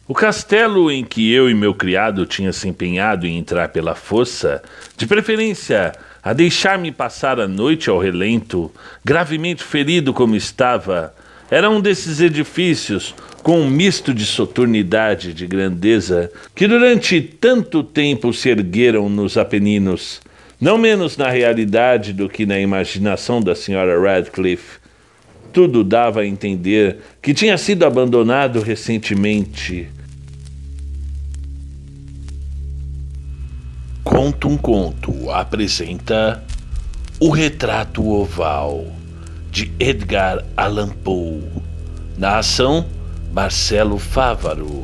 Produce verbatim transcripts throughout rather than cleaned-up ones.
O castelo em que eu e meu criado tinha se empenhado em entrar pela força, de preferência a deixar-me passar a noite ao relento, gravemente ferido como estava, era um desses edifícios com um misto de soturnidade e de grandeza que durante tanto tempo se ergueram nos Apeninos, não menos na realidade do que na imaginação da senhora Radcliffe. Tudo dava a entender que tinha sido abandonado recentemente. Conto um Conto apresenta O Retrato Oval, de Edgar Allan Poe. Narração, Marcelo Fávaro.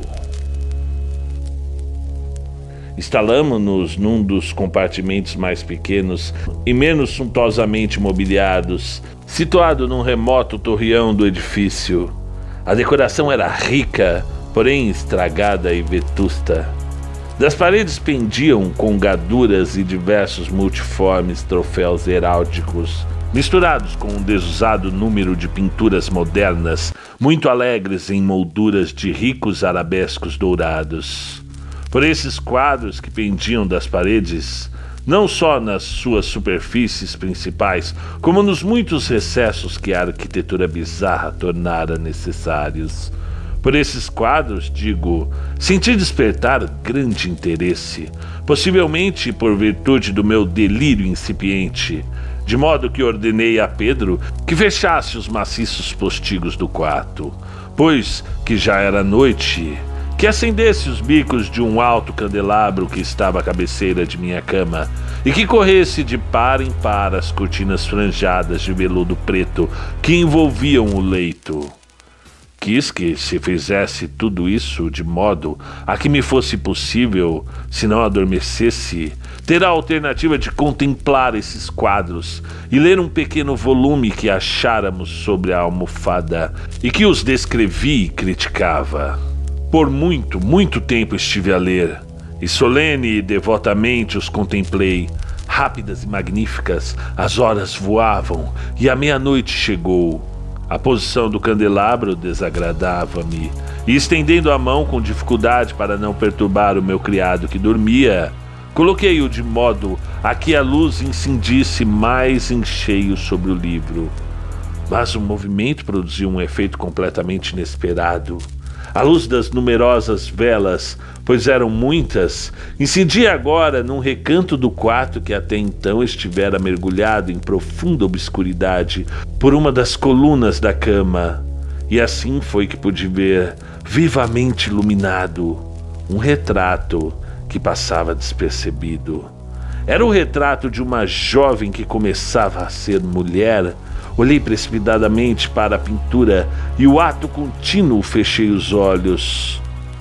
Instalamo-nos num dos compartimentos mais pequenos e menos suntuosamente mobiliados, situado num remoto torreão do edifício. A decoração era rica, porém estragada e vetusta. Das paredes pendiam congaduras e diversos multiformes troféus heráldicos, misturados com um desusado número de pinturas modernas, muito alegres em molduras de ricos arabescos dourados. Por esses quadros que pendiam das paredes, não só nas suas superfícies principais, como nos muitos recessos que a arquitetura bizarra tornara necessários. Por esses quadros, digo, senti despertar grande interesse, possivelmente por virtude do meu delírio incipiente, de modo que ordenei a Pedro que fechasse os maciços postigos do quarto, pois que já era noite, que acendesse os bicos de um alto candelabro que estava à cabeceira de minha cama e que corresse de par em par as cortinas franjadas de veludo preto que envolviam o leito. Quis que se fizesse tudo isso de modo a que me fosse possível, se não adormecesse, ter a alternativa de contemplar esses quadros e ler um pequeno volume que acháramos sobre a almofada e que os descrevi e criticava. Por muito, muito tempo estive a ler, e solene e devotamente os contemplei. Rápidas e magníficas, as horas voavam e a meia-noite chegou. A posição do candelabro desagradava-me, e estendendo a mão com dificuldade para não perturbar o meu criado que dormia, coloquei-o de modo a que a luz incendisse mais em cheio sobre o livro. Mas o movimento produziu um efeito completamente inesperado. A luz das numerosas velas, pois eram muitas, incidia agora num recanto do quarto que até então estivera mergulhado em profunda obscuridade por uma das colunas da cama. E assim foi que pude ver, vivamente iluminado, um retrato que passava despercebido. Era o retrato de uma jovem que começava a ser mulher. Olhei precipitadamente para a pintura e o ato contínuo fechei os olhos.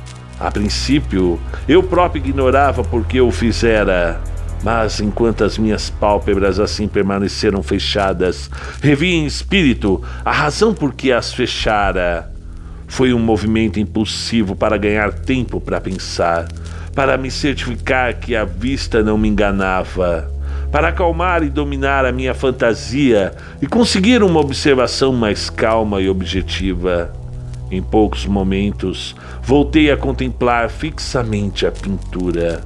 A princípio, eu próprio ignorava por que eu o fizera, mas enquanto as minhas pálpebras assim permaneceram fechadas, revi em espírito a razão por que as fechara. Foi um movimento impulsivo para ganhar tempo para pensar, para me certificar que a vista não me enganava, para acalmar e dominar a minha fantasia e conseguir uma observação mais calma e objetiva. Em poucos momentos, voltei a contemplar fixamente a pintura,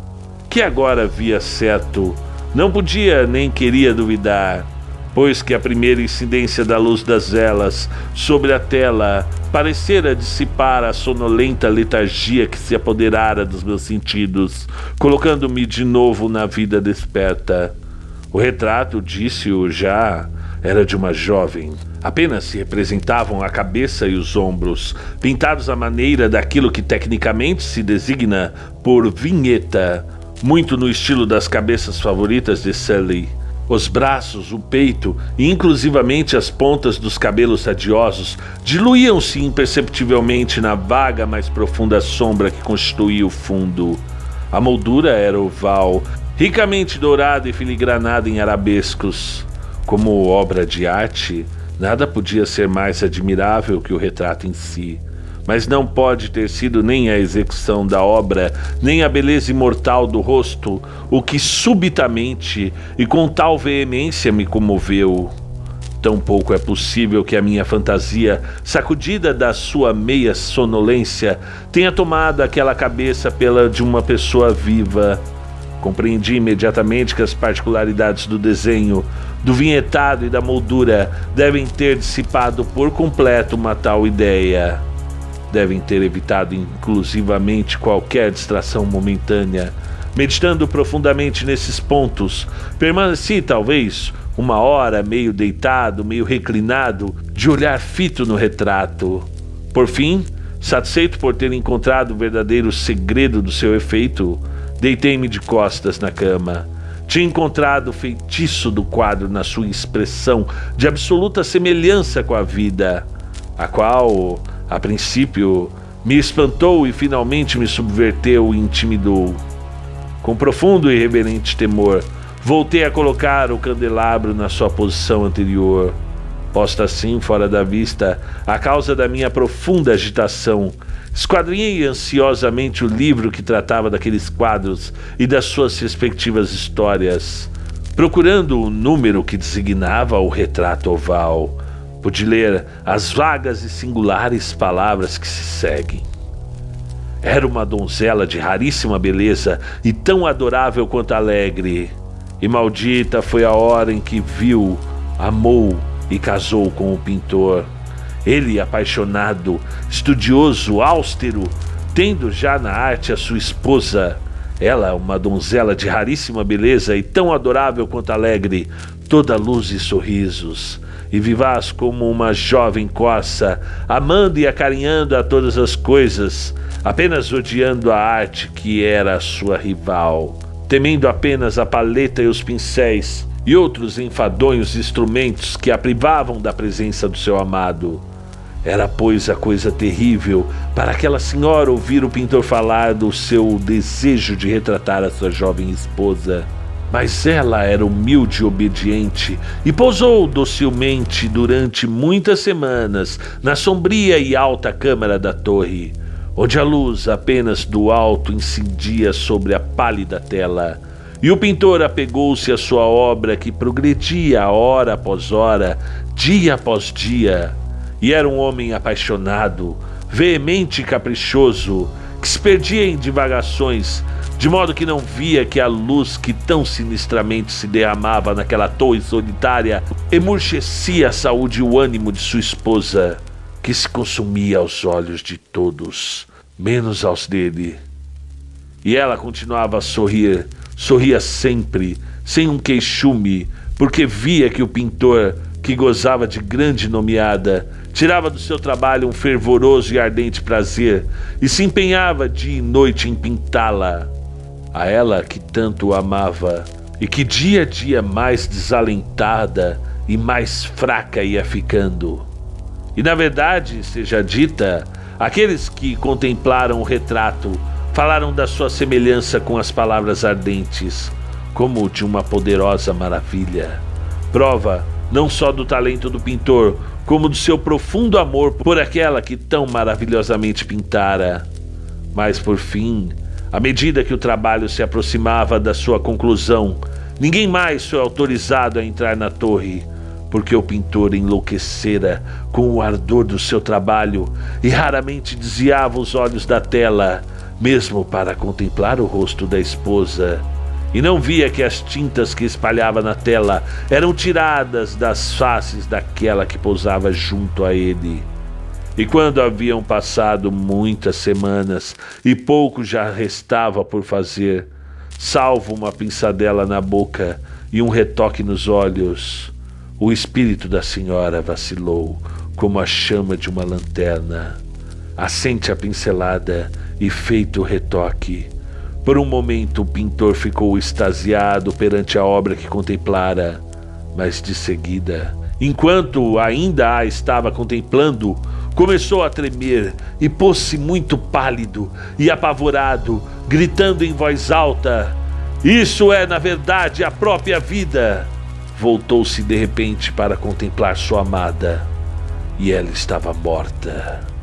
que agora via certo, não podia nem queria duvidar, pois que a primeira incidência da luz das velas sobre a tela parecera dissipar a sonolenta letargia que se apoderara dos meus sentidos, colocando-me de novo na vida desperta. O retrato, disse-o já, era de uma jovem. Apenas se representavam a cabeça e os ombros, pintados à maneira daquilo que tecnicamente se designa por vinheta, muito no estilo das cabeças favoritas de Sully. Os braços, o peito e inclusivamente as pontas dos cabelos radiosos diluíam-se imperceptivelmente na vaga, mais profunda sombra que constituía o fundo. A moldura era oval, ricamente dourada e filigranada em arabescos. Como obra de arte, nada podia ser mais admirável que o retrato em si. Mas não pode ter sido nem a execução da obra, nem a beleza imortal do rosto, o que subitamente e com tal veemência me comoveu. Tampouco é possível que a minha fantasia, sacudida da sua meia sonolência, tenha tomado aquela cabeça pela de uma pessoa viva. Compreendi imediatamente que as particularidades do desenho, do vinhetado e da moldura devem ter dissipado por completo uma tal ideia. Devem ter evitado inclusivamente qualquer distração momentânea. Meditando profundamente nesses pontos, permaneci talvez uma hora meio deitado, meio reclinado, de olhar fito no retrato. Por fim, satisfeito por ter encontrado o verdadeiro segredo do seu efeito, deitei-me de costas na cama. Tinha encontrado o feitiço do quadro na sua expressão de absoluta semelhança com a vida, a qual, a princípio, me espantou e finalmente me subverteu e intimidou. Com profundo e reverente temor, voltei a colocar o candelabro na sua posição anterior. Posta assim fora da vista, a causa da minha profunda agitação, esquadrinhei ansiosamente o livro que tratava daqueles quadros e das suas respectivas histórias. Procurando o número que designava o retrato oval, pude ler as vagas e singulares palavras que se seguem. Era uma donzela de raríssima beleza e tão adorável quanto alegre. E maldita foi a hora em que viu, amou e casou com o pintor. Ele, apaixonado, estudioso, austero, tendo já na arte a sua esposa. Ela, uma donzela de raríssima beleza e tão adorável quanto alegre, toda luz e sorrisos, e vivaz como uma jovem corça, amando e acarinhando a todas as coisas, apenas odiando a arte que era a sua rival, temendo apenas a paleta e os pincéis e outros enfadonhos instrumentos que a privavam da presença do seu amado. Era, pois, a coisa terrível para aquela senhora ouvir o pintor falar do seu desejo de retratar a sua jovem esposa. Mas ela era humilde e obediente e pousou docilmente durante muitas semanas na sombria e alta câmara da torre, onde a luz apenas do alto incidia sobre a pálida tela. E o pintor apegou-se à sua obra que progredia hora após hora, dia após dia. E era um homem apaixonado, veemente e caprichoso, que se perdia em divagações, de modo que não via que a luz que tão sinistramente se derramava naquela torre solitária emurchecia a saúde e o ânimo de sua esposa, que se consumia aos olhos de todos, menos aos dele. E ela continuava a sorrir, sorria sempre, sem um queixume, porque via que o pintor, que gozava de grande nomeada, tirava do seu trabalho um fervoroso e ardente prazer e se empenhava dia e noite em pintá-la, a ela que tanto o amava e que dia a dia mais desalentada e mais fraca ia ficando. E na verdade, seja dita, aqueles que contemplaram o retrato falaram da sua semelhança com as palavras ardentes, como de uma poderosa maravilha, prova não só do talento do pintor, como do seu profundo amor por aquela que tão maravilhosamente pintara. Mas por fim, à medida que o trabalho se aproximava da sua conclusão, ninguém mais foi autorizado a entrar na torre, porque o pintor enlouquecera com o ardor do seu trabalho e raramente desviava os olhos da tela, mesmo para contemplar o rosto da esposa, e não via que as tintas que espalhava na tela eram tiradas das faces daquela que pousava junto a ele. E quando haviam passado muitas semanas e pouco já restava por fazer, salvo uma pinçadela na boca e um retoque nos olhos, o espírito da senhora vacilou como a chama de uma lanterna. Assente a pincelada e feito o retoque, por um momento o pintor ficou extasiado perante a obra que contemplara, mas de seguida, enquanto ainda a estava contemplando, começou a tremer e pôs-se muito pálido e apavorado, gritando em voz alta: "Isso é, na verdade, a própria vida!" Voltou-se de repente para contemplar sua amada, e ela estava morta.